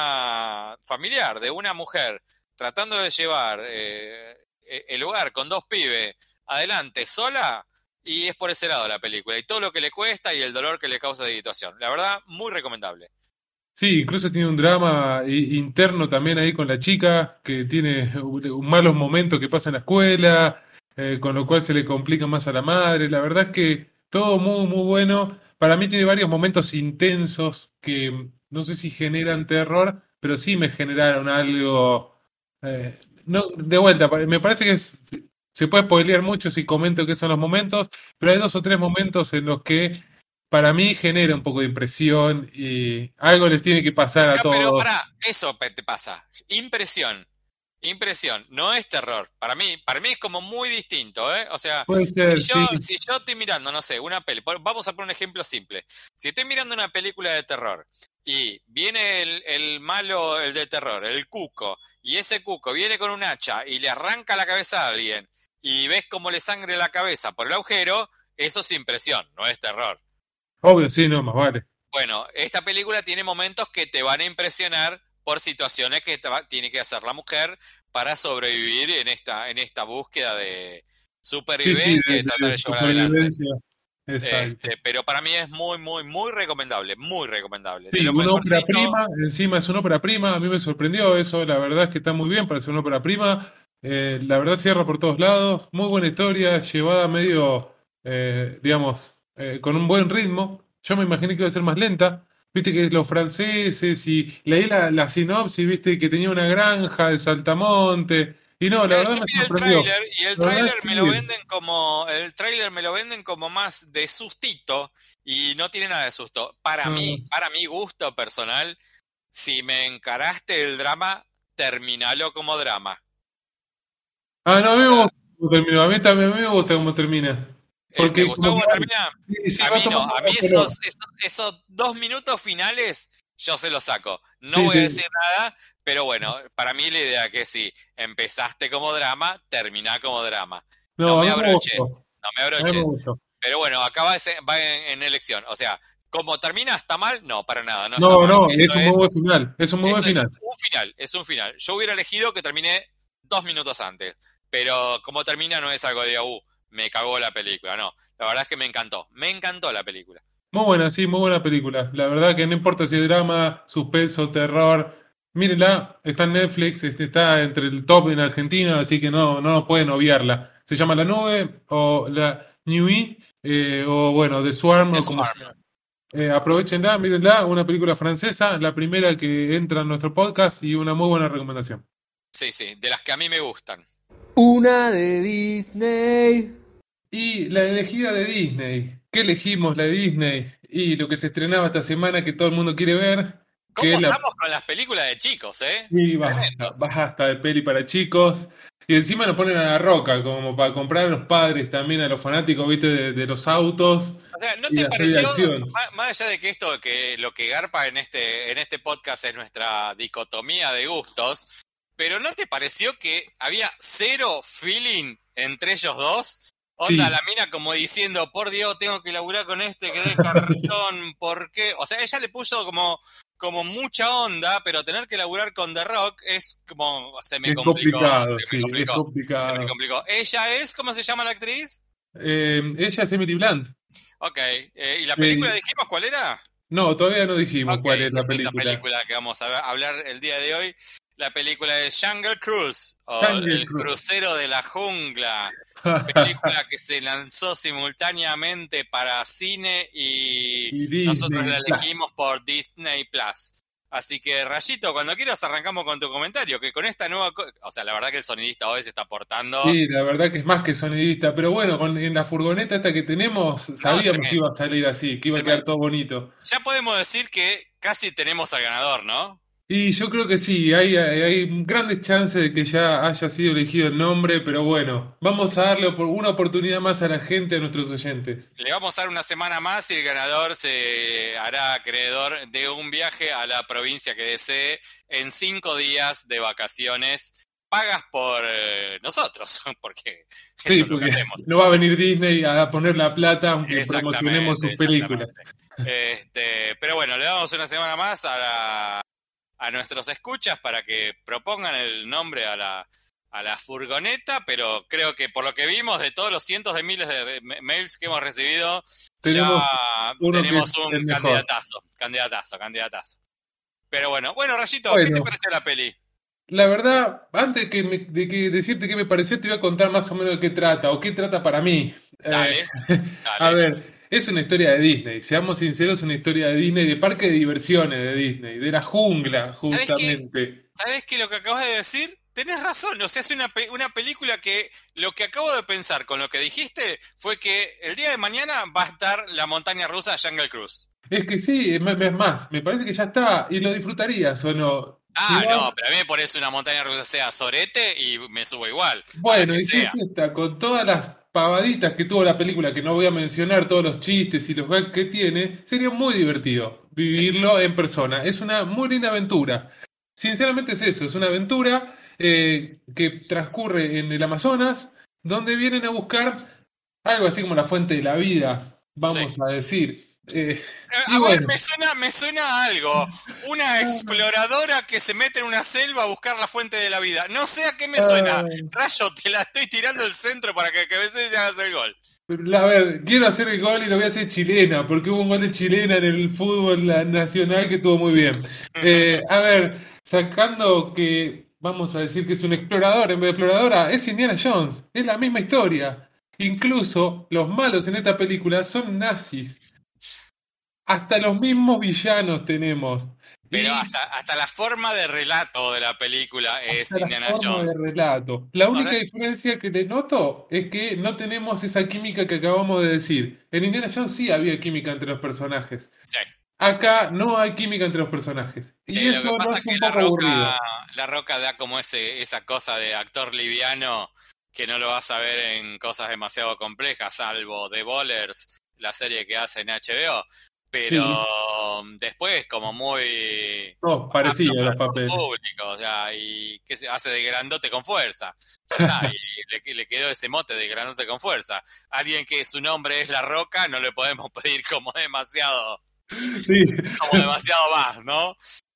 drama familiar de una mujer tratando de llevar eh, el hogar con dos pibes adelante sola, y es por ese lado la película, y todo lo que le cuesta y el dolor que le causa de situación. La verdad, muy recomendable. Sí, incluso tiene un drama i- interno también ahí con la chica, que tiene un- un malos momentos que pasa en la escuela, eh, con lo cual se le complica más a la madre. La verdad es que todo muy, muy bueno. Para mí tiene varios momentos intensos que mm, no sé si generan terror, pero sí me generaron algo. eh, no, de vuelta, pa- me parece que es- se puede spoilear mucho si comento qué son los momentos, pero hay dos o tres momentos en los que para mí genera un poco de impresión y algo les tiene que pasar a Ah, pero todos. para eso pe- te pasa. Impresión. Impresión, no es terror. Para mí, para mí es como muy distinto, ¿eh? O sea, Puede si ser, yo, sí. si yo estoy mirando, no sé, una peli, por- vamos a poner un ejemplo simple. Si estoy mirando una película de terror y viene el, el malo, el de terror, el cuco, y ese cuco viene con un hacha y le arranca la cabeza a alguien y ves cómo le sangre la cabeza por el agujero, eso es impresión, no es terror. Obvio, sí, no, más vale. Bueno, esta película tiene momentos que te van a impresionar por situaciones que te va- tiene que hacer la mujer para sobrevivir en esta, en esta búsqueda de Sí, sí, supervivencia de, y tratar de de llevar adelante. supervivencia. Exacto. Este, pero para mí es muy, muy, muy recomendable, muy recomendable. De Sí, lo una ópera mejorcito, prima, encima es una ópera prima, a mí me sorprendió eso, la verdad es que está muy bien para ser una ópera prima, eh, la verdad cierra por todos lados, muy buena historia, llevada medio, eh, digamos, eh, con un buen ritmo, yo me imaginé que iba a ser más lenta, viste que los franceses, y leí la, la sinopsis, viste que tenía una granja de saltamonte, y no, la Claro, verdad yo me vi el sorprendió. tráiler y el La verdad tráiler es que me lo bien. venden como el tráiler me lo venden como más de sustito y no tiene nada de susto. Para No, mí, no. para mi gusto personal, si me encaraste el drama, terminalo como drama. Ah, no, a O mí me sea, gusta cómo terminó, a mí también a mí me gusta cómo termina. eh, ¿te Porque gustó como que cómo va- termina? sí, sí, A va mí no, tomando a mí otro color. esos, esos, esos dos minutos finales yo se los saco. No Sí, voy a sí. decir nada, pero bueno, para mí la idea que si empezaste como drama, terminá como drama. No No, a me mí me abroches, gustó. no me A mí me abroches. gustó. Pero bueno, acá va, ese- va en, en elección. O sea, ¿cómo termina? ¿Está mal? No, para nada, no está No, mal. no, Eso es un muy es, buen final. Es un muy buen eso es final. un final, es un final. Yo hubiera elegido que termine dos minutos antes, pero como termina no es algo de, uh, me cagó la película, no. La verdad es que me encantó, me encantó la película. Muy buena, sí, muy buena película. La verdad que no importa si es drama, suspenso, terror. Mírenla, está en Netflix, este, está entre el top en Argentina, así que no, no pueden obviarla. Se llama La Nube o La Nuit, eh, o bueno, The Swarm The o como se Swarm. llama. Eh, aprovechenla, mírenla, una película francesa, la primera que entra en nuestro podcast y una muy buena recomendación. Sí, sí, de las que a mí me gustan. Una de Disney. Y la elegida de Disney. ¿Qué elegimos la de Disney? Y lo que se estrenaba esta semana que todo el mundo quiere ver, que ¿Cómo es la... estamos con las películas de chicos, eh? Y Tremendo. basta, basta de peli para chicos. Y encima nos ponen a La Roca, como para comprar a los padres también, a los fanáticos, viste, de, de los autos O sea, ¿no y te la serie de pareció, acción. más, más allá de que esto, que lo que garpa en este, en este podcast es nuestra dicotomía de gustos, pero ¿no te pareció que había cero feeling entre ellos dos? Onda, Sí, la mina como diciendo, por Dios, tengo que laburar con este que de cartón, ¿por qué? O sea, ella le puso como, como mucha onda, pero tener que laburar con The Rock es como, se me es complicó, complicado, se me sí, es complicó, se me complicado. complicó. Ella es, ¿cómo se llama la actriz? Eh, ella es Emily Blunt. Ok, eh, ¿y la película Eh, dijimos cuál era? no, todavía no dijimos Ok, cuál es la es esa película. película que vamos a ver- a hablar el día de hoy. La película es Jungle Cruise, o Jungle El Cruise. Crucero de la Jungla. Película que se lanzó simultáneamente para cine y Y nosotros Disney la Plus. elegimos por Disney Plus. Así que, Rayito, cuando quieras arrancamos con tu comentario, que con esta nueva... co- O sea, la verdad que el sonidista hoy se está aportando... Sí, la verdad que es más que sonidista, pero bueno, con, en la furgoneta esta que tenemos, No, sabíamos que iba tremendo, a salir así, que iba a quedar tremendo. todo bonito. Ya podemos decir que casi tenemos al ganador, ¿no? Y yo creo que sí, hay, hay, hay grandes chances de que ya haya sido elegido el nombre, pero bueno, vamos a darle por una oportunidad más a la gente, a nuestros oyentes. Le vamos a dar una semana más y el ganador se hará acreedor de un viaje a la provincia que desee en cinco días de vacaciones pagas por eh, nosotros, porque Sí, eso es lo que porque hacemos. no va a venir Disney a poner la plata aunque promocionemos Exactamente, sus películas. exactamente. Este, pero bueno, le damos una semana más a, la- a nuestros escuchas para que propongan el nombre a la, a la furgoneta, pero creo que por lo que vimos de todos los cientos de miles de ma- mails que hemos recibido, ya Tenemos uno que tenemos es un el mejor. candidatazo, candidatazo, candidatazo. Pero bueno, bueno, Rayito, ¿qué te Bueno, pareció la peli? la verdad, antes que me- de que decirte qué me pareció, te voy a contar más o menos de qué trata o qué trata para mí. Eh, Dale, a dale. ver, es una historia de Disney, seamos sinceros, una historia de Disney, de parque de diversiones de Disney, de la jungla, ¿Sabes qué? justamente. ¿Sabes qué? Lo que acabas de decir, tenés razón. O sea, es una, pe- una película que lo que acabo de pensar con lo que dijiste fue que el día de mañana va a estar la montaña rusa Jungle Cruise. Es que sí, es más, es más, me parece que ya está y lo disfrutarías o no. Si Ah, no, vas, pero a mí me parece una montaña rusa sea sorete y me subo igual, a la bueno, que y si es sea. esta, con todas las pavaditas que tuvo la película, que no voy a mencionar todos los chistes y los gags que tiene, sería muy divertido Sí, vivirlo en persona. Es una muy linda aventura. Sinceramente es eso, es una aventura eh, que transcurre en el Amazonas, donde vienen a buscar algo así como la fuente de la vida, sí. vamos a decir. Eh, Eh, y A ver, bueno, me suena, me suena a algo. Una exploradora que se mete en una selva a buscar la fuente de la vida. No sé a qué me suena. ah, Rayo, te la estoy tirando el centro para que a veces se hagas el gol. a ver, quiero hacer el gol y lo voy a hacer chilena, porque hubo un gol de chilena en el fútbol la- nacional que estuvo muy bien. Eh, a ver, sacando que vamos a decir que es un explorador en vez de exploradora, es Indiana Jones, es la misma historia. Incluso los malos en esta película son nazis. hasta los mismos villanos tenemos. Pero Y hasta, hasta la forma de relato de la película es hasta la Indiana forma de Jones. relato. La O única sea, diferencia que le noto es que no tenemos esa química que acabamos de decir. En Indiana Jones sí había química entre los personajes. sí. Acá no hay química entre los personajes. Y Eh, lo que eso lo pasa es hace que un La poco aburrido. Roca, La Roca da como ese, esa cosa de actor liviano que no lo vas a ver en cosas demasiado complejas, salvo The Ballers, la serie que hace en H B O. Sí, Pero después como muy todos apto parecidos para los todo papeles. público, o sea, y que se hace de grandote con fuerza. Ya está, y le, le quedó ese mote de grandote con fuerza. Alguien que su nombre es La Roca, no le podemos pedir como demasiado, Sí. como demasiado más, ¿no?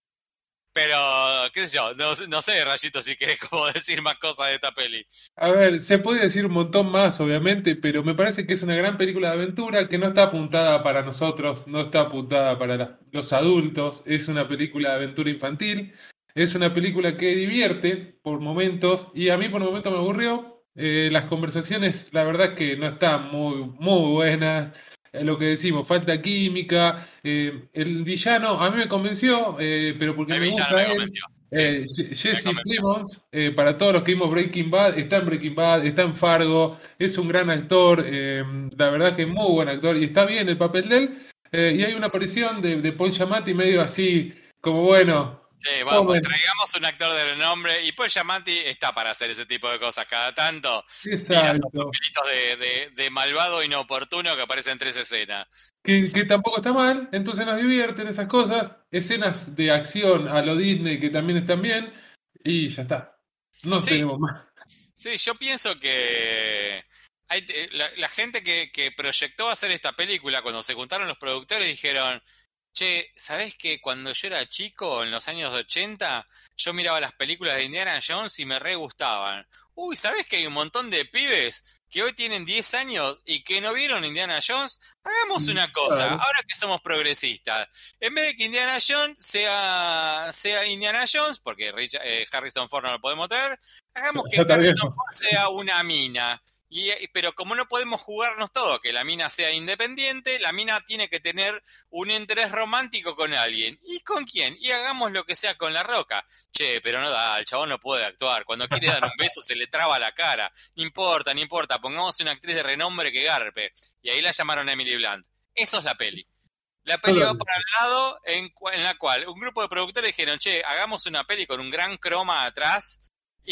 Pero, qué sé yo, no, no sé, Rayito, si querés como decir más cosas de esta peli. A ver, se puede decir un montón más, obviamente, pero me parece que es una gran película de aventura que no está apuntada para nosotros, no está apuntada para la- los adultos, es una película de aventura infantil, es una película que divierte por momentos y a mí por momentos me aburrió. Eh, las conversaciones, la verdad es que no están muy, muy buenas. Eh, lo que decimos, falta química. Eh, el villano a mí me convenció, eh, pero porque El me villano gusta me él. convenció, sí, Eh, Je- me Jesse convenció. Plemons, eh, para todos los que vimos Breaking Bad, está en Breaking Bad, está en Fargo, es un gran actor, eh, la verdad que es muy buen actor y está bien el papel de él. Eh, y hay una aparición de, de Paul Giamatti medio así, como bueno, Sí, bueno, pues tomen, traigamos un actor de renombre y pues Giamatti está para hacer ese tipo de cosas. Cada tanto tira esos exacto, papelitos de, de, de malvado inoportuno que aparecen en tres escenas. que, que tampoco está mal, entonces nos divierten esas cosas, escenas de acción a lo Disney que también están bien, y ya está, no Sí, tenemos más. sí, yo pienso que hay, eh, la, la gente que, que proyectó hacer esta película, cuando se juntaron los productores, dijeron, che, ¿sabés que cuando yo era chico, en los años ochenta, yo miraba las películas de Indiana Jones y me re gustaban? Uy, ¿sabés que hay un montón de pibes que hoy tienen diez años y que no vieron Indiana Jones? Hagamos una cosa, Claro, ahora que somos progresistas, en vez de que Indiana Jones sea, sea Indiana Jones, porque Richard- eh, Harrison Ford no lo podemos traer, hagamos que ya está Harrison viejo. Ford sea una mina. Y, pero como no podemos jugarnos todo, que la mina sea independiente, la mina tiene que tener un interés romántico con alguien. ¿Y con quién? Y hagamos lo que sea con La Roca. Che, pero no da, el chabón no puede actuar. Cuando quiere dar un beso se le traba la cara. No importa, no importa, pongamos una actriz de renombre que garpe. Y ahí la llamaron Emily Blunt. Eso es la peli. La peli va para el lado en, en la cual un grupo de productores dijeron, che, hagamos una peli con un gran croma atrás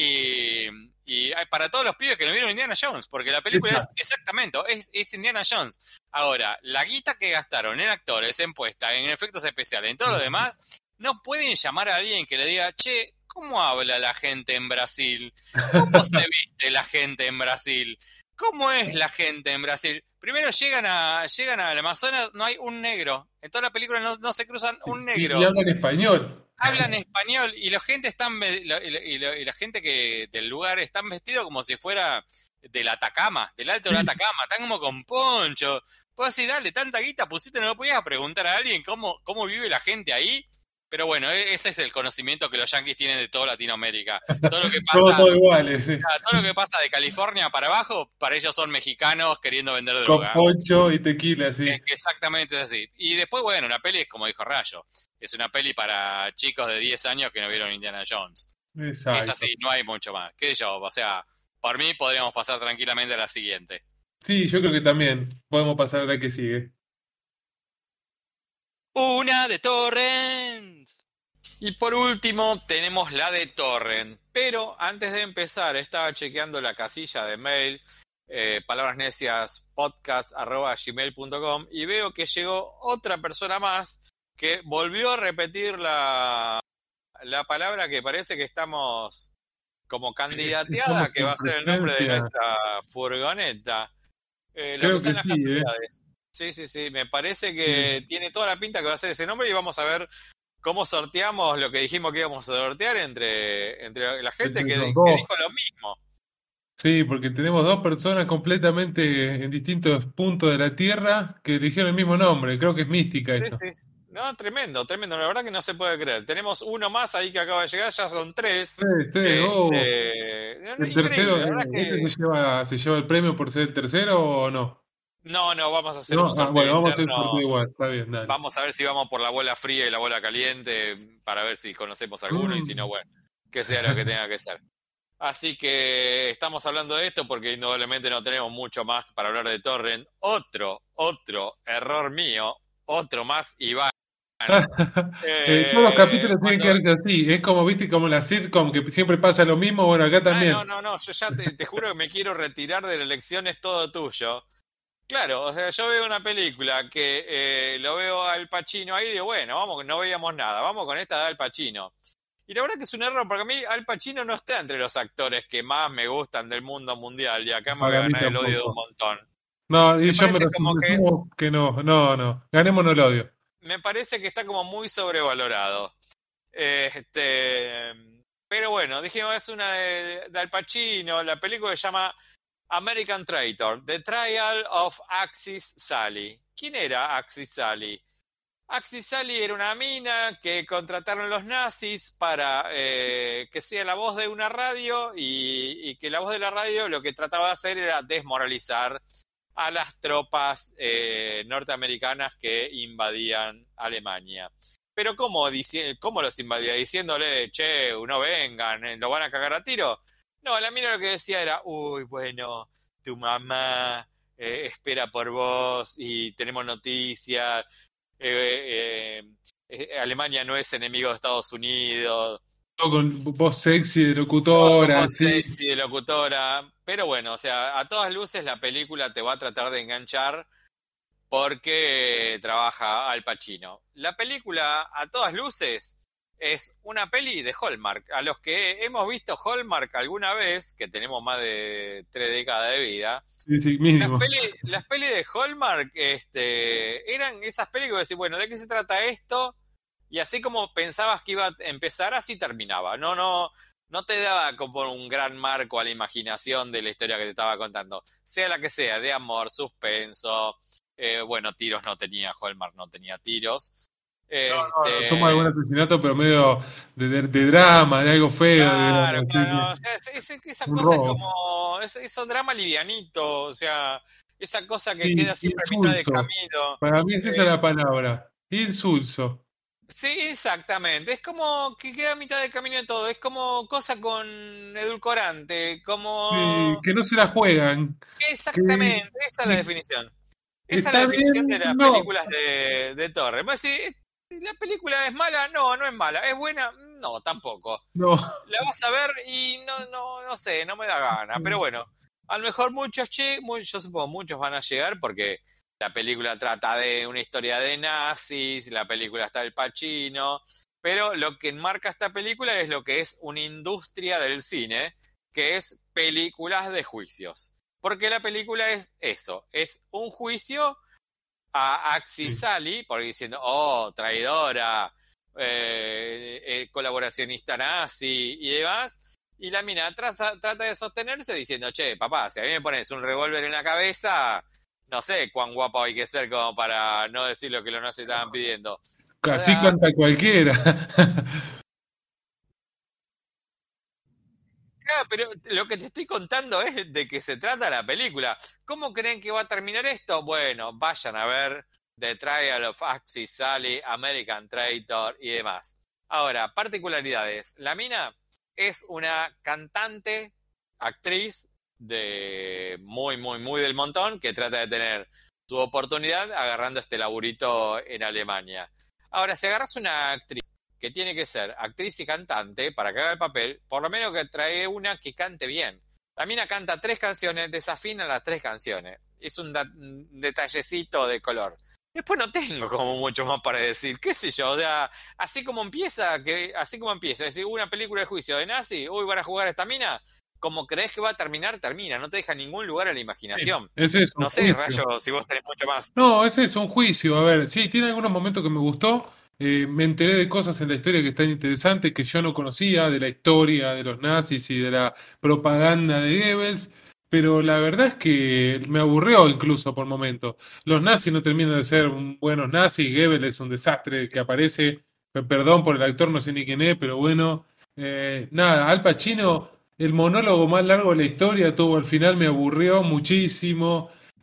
y, y para todos los pibes que no vieron Indiana Jones, porque la película es Exacto. exactamente, es, es Indiana Jones. Ahora, la guita que gastaron en actores, en puesta, en efectos especiales, en todo lo demás, no pueden llamar a alguien que le diga, che, ¿cómo habla la gente en Brasil? ¿Cómo se viste la gente en Brasil? ¿Cómo es la gente en Brasil? Primero llegan a llegan al Amazonas, no hay un negro. En toda la película no, no se cruzan un Y, y negro. hablan español. Hablan español y la gente están y la, y la, y la gente que del lugar están vestidos como si fuera del Atacama, del Alto del Atacama, están como con poncho. Puedo decir, dale, tanta guita pusiste, no lo podías preguntar a alguien cómo, cómo vive la gente ahí. Pero bueno, ese es el conocimiento que los yanquis tienen de toda Latinoamérica. Todo lo que Todo, pasa, todo iguales, sí. todo lo que pasa de California para abajo, para ellos son mexicanos queriendo vender Con droga. poncho y tequila, sí. Es que exactamente es así. Y después, bueno, la peli es como dijo Rayo. Es una peli para chicos de diez años que no vieron Indiana Jones. Exacto. Es así, no hay mucho más. ¿Qué sé yo? O sea, por mí podríamos pasar tranquilamente a la siguiente. Sí, yo creo que también podemos pasar a la que sigue. Una de Torrent. Y por último tenemos la de Torrent. Pero antes de empezar estaba chequeando la casilla de mail, eh, palabrasnecias podcast arroba gmail punto com, y veo que llegó otra persona más que volvió a repetir la, la palabra que parece que estamos como candidateada, Estamos que va a en ser el nombre de presencia. nuestra furgoneta. Eh, lo Creo que son que las sí, ¿eh? cantidades. Sí, sí, sí, me parece que Sí. tiene toda la pinta que va a ser ese nombre y vamos a ver cómo sorteamos lo que dijimos que íbamos a sortear entre, entre la gente Entre que, los que dos. dijo lo mismo. Sí, porque tenemos dos personas completamente en distintos puntos de la Tierra que eligieron el mismo nombre. Creo que es mística Sí, esto. sí. No, tremendo, tremendo. La verdad que no se puede creer. Tenemos uno más ahí que acaba de llegar, ya son tres. Sí, sí, oh. Este, ¿El increíble, tercero, la verdad eh, este que se lleva, se lleva el premio por ser el tercero o no? No, no, vamos a hacer No, un ah, sorteo bueno, vamos a hacer interno. sorteo igual, está bien, dale. Vamos a ver si vamos por la bola fría y la bola caliente para ver si conocemos alguno y si no, Mm. bueno, que sea lo que tenga que ser. Así que estamos hablando de esto porque indudablemente no tenemos mucho más para hablar de Torrent. Otro, otro error mío, otro más, Iván. Eh, todos los Eh, capítulos tienen cuando... que verse así, es como, viste, como la sitcom, que siempre pasa lo mismo, bueno, acá Ah, no, también. no, no, yo ya te, te juro que me quiero retirar de la elección, es todo tuyo. Claro, o sea, yo veo una película que eh, lo veo al Pacino ahí y digo, bueno, vamos, no veíamos nada, vamos con esta de Al Pacino. Y la verdad que es un error, porque a mí Al Pacino no está entre los actores que más me gustan del mundo mundial, y acá me voy a Para mí ganar el odio de un tampoco. montón. No, y Me yo me parece como que es, resumo que no, no, no, ganémonos el odio. me parece que está como muy sobrevalorado. Eh, Este, pero bueno, dijimos, es una de, de Al Pacino, la película se llama American Traitor, The Trial of Axis Sally. ¿Quién era Axis Sally? Axis Sally era una mina que contrataron los nazis para eh, que sea la voz de una radio y, y que la voz de la radio lo que trataba de hacer era desmoralizar a las tropas eh, norteamericanas que invadían Alemania. Pero ¿cómo, dici- ¿cómo los invadía? Diciéndole, che, no vengan, eh, ¿lo van a cagar a tiro? No, la mina lo que decía era, uy, bueno, tu mamá eh, espera por vos y tenemos noticias. Eh, eh, eh, Alemania no es enemigo de Estados Unidos. Todo con voz sexy de Todo con locutora, voz sí. sexy de locutora. Pero bueno, o sea, a todas luces la película te va a tratar de enganchar porque trabaja Al Pacino. La película, a todas luces, es una peli de Hallmark. A los que hemos visto Hallmark alguna vez, que tenemos más de tres décadas de vida, Sí, sí, las mínimo. pelis las peli de Hallmark este, eran esas películas de decir, bueno, ¿de qué se trata esto? Y así como pensabas que iba a empezar, así terminaba. No, no, no te daba como un gran marco a la imaginación de la historia que te estaba contando. Sea la que sea, de amor, suspenso. Eh, bueno, tiros no tenía, Hallmark no tenía tiros. No, no, no, somos Este, algún asesinato, pero medio de, de- de drama, de algo feo, claro, digamos, sí, claro. O sí. sea, es- es- esa Un cosa es robo. como, es, eso drama livianito, o sea, esa cosa que Sí, queda siempre a mitad de insulso. camino. Para mí es esa Eh, la palabra. Insulso. sí, exactamente. Es como que queda a mitad de camino de todo. Es como cosa con edulcorante, Sí, como... que no se la juegan. Que, Exactamente, esa es la que definición. Esa es la está definición de bien, las no. películas de, de Torre. ¿Me decís, la película es mala? No, no es mala. ¿Es buena? No, tampoco. No. La vas a ver y no, no, no sé, no me da gana. Pero bueno, a lo mejor muchos, che, mu- yo supongo muchos van a llegar porque la película trata de una historia de nazis, la película está el Pacino, pero lo que enmarca esta película es lo que es una industria del cine, que es películas de juicios. Porque la película es eso, es un juicio a Axis Sí. Sally, porque diciendo, oh, traidora, eh, eh, colaboracionista nazi y demás. Y la mina traza- trata de sostenerse diciendo, che, papá, si a mí me pones un revólver en la cabeza, no sé cuán guapo hay que ser como para no decir lo que los nazis estaban pidiendo. O Así sea, canta cualquiera. claro, pero lo que te estoy contando es de que se trata la película. ¿Cómo creen que va a terminar esto? Bueno, vayan a ver The Trial of Axis Sally, American Traitor y demás. Ahora, particularidades. La mina es una cantante, actriz de muy, muy, muy del montón que trata de tener su oportunidad agarrando este laburito en Alemania. Ahora, si agarras una actriz que tiene que ser actriz y cantante para que haga el papel, por lo menos que trae una que cante bien. La mina canta tres canciones, desafina las tres canciones. Es un, da- un detallecito de color. Después no tengo como mucho más para decir, qué sé yo, o sea, así como empieza, que, así como empieza, es decir, una película de juicio de nazi, uy, van a jugar a esta mina, como crees que va a terminar, termina, no te deja ningún lugar a la Sí, imaginación. ese es un No sé, juicio. Rayo, si vos tenés mucho más. No, ese es un juicio. A ver, sí, tiene algunos momentos que me gustó. Eh, me enteré de cosas en la historia que están interesantes que yo no conocía, de la historia de los nazis y de la propaganda de Goebbels, pero la verdad es que me aburrió incluso por momentos. Los nazis no terminan de ser un- buenos nazis, Goebbels es un desastre que aparece, pe- perdón por el actor, no sé ni quién es, pero bueno, eh, nada, Al Pacino, el monólogo más largo de la historia, tuvo al final me aburrió muchísimo.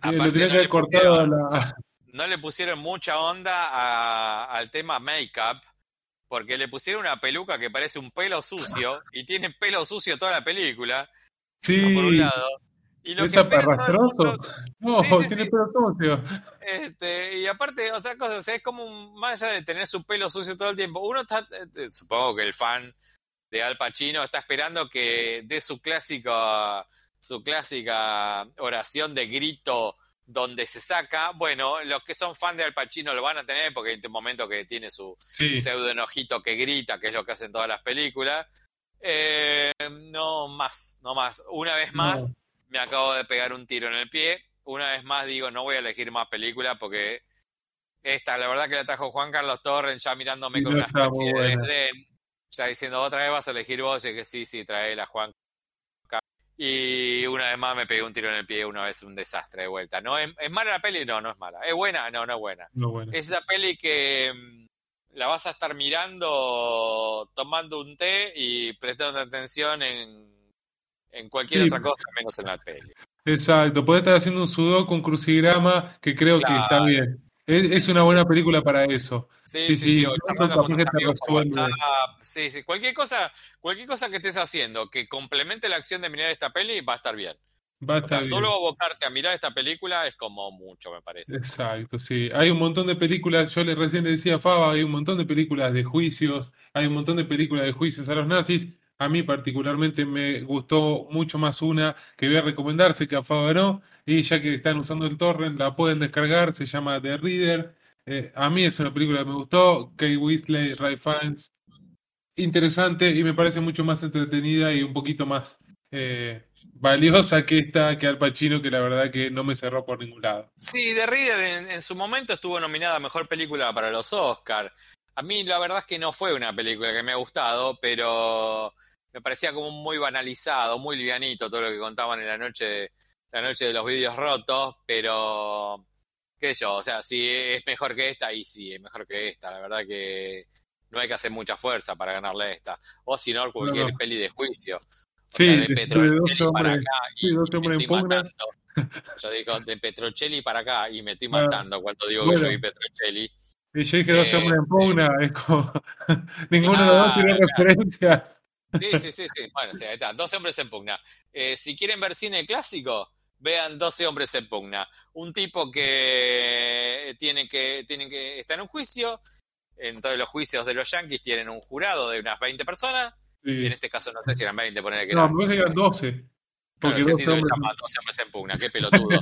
Eh, le Aparte tenía no que le haber cortado a pusieron, la... no le pusieron mucha onda a- al tema make-up, porque le pusieron una peluca que parece un pelo sucio, y tiene pelo sucio toda la película, eso por un Sí, lado. Y lo ¿es que espera todo el aparrastroso? mundo, sí, No, sí, tiene sí. pelo sucio. Este, y aparte, otra cosa, o sea, es como un- más allá de tener su pelo sucio todo el tiempo, uno está, eh, supongo que el fan de Al Pacino está esperando que dé su clásica, su clásica oración de grito donde se saca. Bueno, los que son fan de Al Pacino lo van a tener porque hay un momento que tiene su Sí, pseudo enojito que grita, que es lo que hacen todas las películas. Eh, no más, no más. Una vez no, más me acabo de pegar un tiro en el pie. Una vez más digo, no voy a elegir más películas porque esta, la verdad que la trajo Juan Carlos Torres ya mirándome sí, con no una está muy especie de buena. desdén, ya diciendo, otra vez vas a elegir vos, y que sí, sí, trae la Juan. Y una vez más me pegué un tiro en el pie, una vez un desastre de vuelta. ¿No es, es mala la peli? No, no es mala. ¿Es buena? No, no es buena. No buena. Es esa peli que mm, la vas a estar mirando, tomando un té y prestando atención en, en cualquier Sí, otra cosa menos en la peli. exacto. Podés estar haciendo un sudoku, un crucigrama, que creo que está Claro, bien. Es, sí, es una sí, buena sí. película para eso. Sí, Sí, sí, sí, sí, o eso charlando con capaz tus que te amigos por WhatsApp, resuelve. sí, sí, cualquier cosa, cualquier cosa que estés haciendo que complemente la acción de mirar esta peli va a estar bien. Va a O sea, estar solo bien. abocarte a mirar esta película es como mucho, me parece. Exacto, sí. Hay un montón de películas, yo le recién le decía a Faba, hay un montón de películas de juicios, hay un montón de películas de juicios a los nazis. A mí particularmente me gustó mucho más una que voy a recomendarse que a Faba no, y ya que están usando el torrent, la pueden descargar, se llama The Reader. Eh, a mí es una película que me gustó, Kate Winslet, Ralph Fiennes, interesante y me parece mucho más entretenida y un poquito más eh, valiosa que esta, que Al Pacino, que la verdad que no me cerró por ningún lado. Sí, The Reader en, en su momento estuvo nominada a Mejor Película para los Oscar. A mí la verdad es que no fue una película que me ha gustado, pero me parecía como muy banalizado, muy livianito todo lo que contaban en la noche de, la noche de los vídeos rotos, pero qué sé yo, o sea, si es mejor que esta, y sí, es mejor que esta, la verdad que no hay que hacer mucha fuerza para ganarle a esta, o si no, No, no. cualquier peli de juicio, o sea, Sí, de de, de doce Petrocelli para hombres, acá sí, y, y doce me hombres en estoy pugna. matando. Yo digo de Petrocelli para acá y me estoy Ah, matando cuando digo que yo vi bueno, Petrocelli. y yo dije doce Eh, hombres en pugna, es como ninguno de los dos tiene claro, claro. referencias. Sí, sí, sí, sí. Bueno, sí, ahí está. doce hombres en pugna. Eh, si quieren ver cine clásico, vean doce hombres en pugna. Un tipo que tiene que, tiene que está en un juicio. En todos los juicios de los yanquis tienen un jurado de unas veinte personas. En Sí. este caso no sé si eran veinte, poner que No, eran, me no parece que sé. eran doce, Claro, porque ese doce título se hombres. llama doce hombres en pugna, qué pelotudo.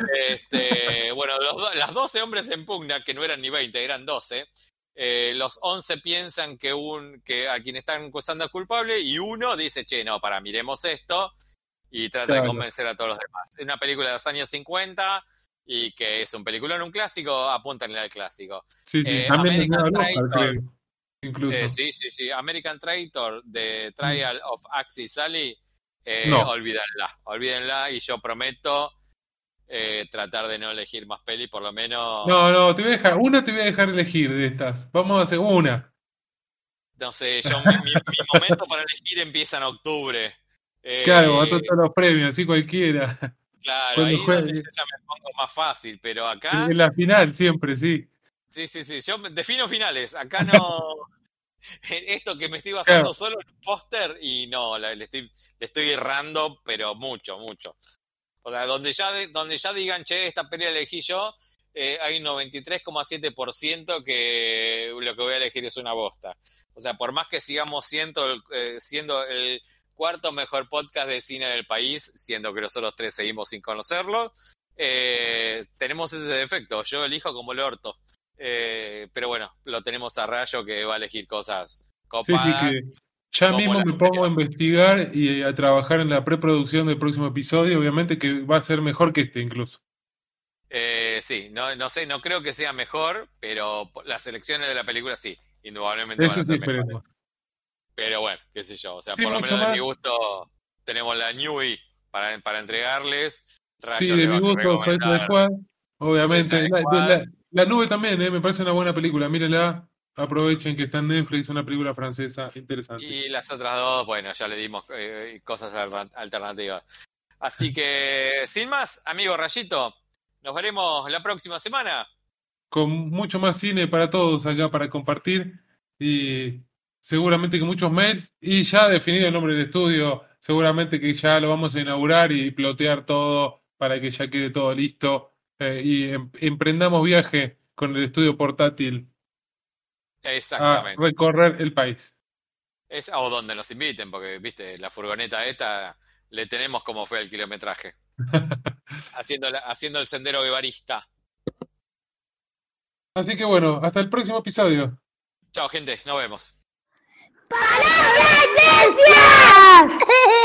Este, bueno, los do- las doce hombres en pugna, que no eran ni veinte, eran doce. Eh, los once piensan que, un, que a quien están acusando es culpable y uno dice, che, no, para, miremos esto y trata de Claro. convencer a todos los demás. Es una película de los años cincuenta y que es un peliculón, un clásico, apúntanle al clásico. Sí, sí, Eh, también American nominado al Oscar, Traitor, creo, eh, incluso. sí, sí, sí, American Traitor de Trial of Axis Sally, eh, No, olvídenla, olvídenla y yo prometo eh, tratar de no elegir más peli, por lo menos, no, no, te voy a dejar, una te voy a dejar elegir de estas. Vamos a hacer una. no sé, yo mi, mi, mi momento para elegir empieza en octubre. Claro, a Eh, todos los premios, así cualquiera. claro, Cuando ahí es donde yo juegue, ya me pongo más fácil, pero acá, en la final siempre, sí. sí, sí, sí, yo defino finales, acá no, esto que me estoy Claro, basando solo en un póster y no, la- le estoy, le estoy errando, pero mucho, mucho. O sea, donde ya, de- donde ya digan, che, esta peli la elegí yo, eh, hay un noventa y tres coma siete por ciento que lo que voy a elegir es una bosta. O sea, por más que sigamos siendo, el- eh, siendo el cuarto mejor podcast de cine del país, siendo que nosotros tres seguimos sin conocerlo, eh, tenemos ese defecto. Yo elijo como el orto. Eh, pero bueno, lo tenemos a Rayo que va a elegir cosas sí, sí, copadas que ya como mismo la me pongo a anterior. investigar y a trabajar en la preproducción del próximo episodio, obviamente que va a ser mejor que este incluso. Eh, sí, no, no sé, no creo que sea mejor, pero las selecciones de la película sí, indudablemente van Eso a sí ser mejores. esperemos. Pero bueno, qué sé yo, o sea, Sí, por lo mucho menos de más. mi gusto tenemos la Newey para, para entregarles. Sí, Rayo de les va mi a gusto, Suicide recomendar Squad, obviamente. Suicide La, de Squad. la, la nube también, eh, me parece una buena película, mírenla, aprovechen que está en Netflix, una película francesa interesante. Y las otras dos, bueno, ya le dimos eh, cosas alter- alternativas. Así que, sin más, amigo Rayito, nos veremos la próxima semana. Con mucho más cine para todos acá para compartir y seguramente que muchos mails y ya definido el nombre del estudio, seguramente que ya lo vamos a inaugurar y plotear todo para que ya quede todo listo eh, y em- emprendamos viaje con el estudio portátil a Exactamente. recorrer el país. Es, o donde nos inviten, porque, viste, la furgoneta esta le tenemos como fue el kilometraje. Haciendo, la- haciendo el sendero guevarista. Así que bueno, hasta el próximo episodio. Chao, gente, nos vemos. ¡Palabras necias!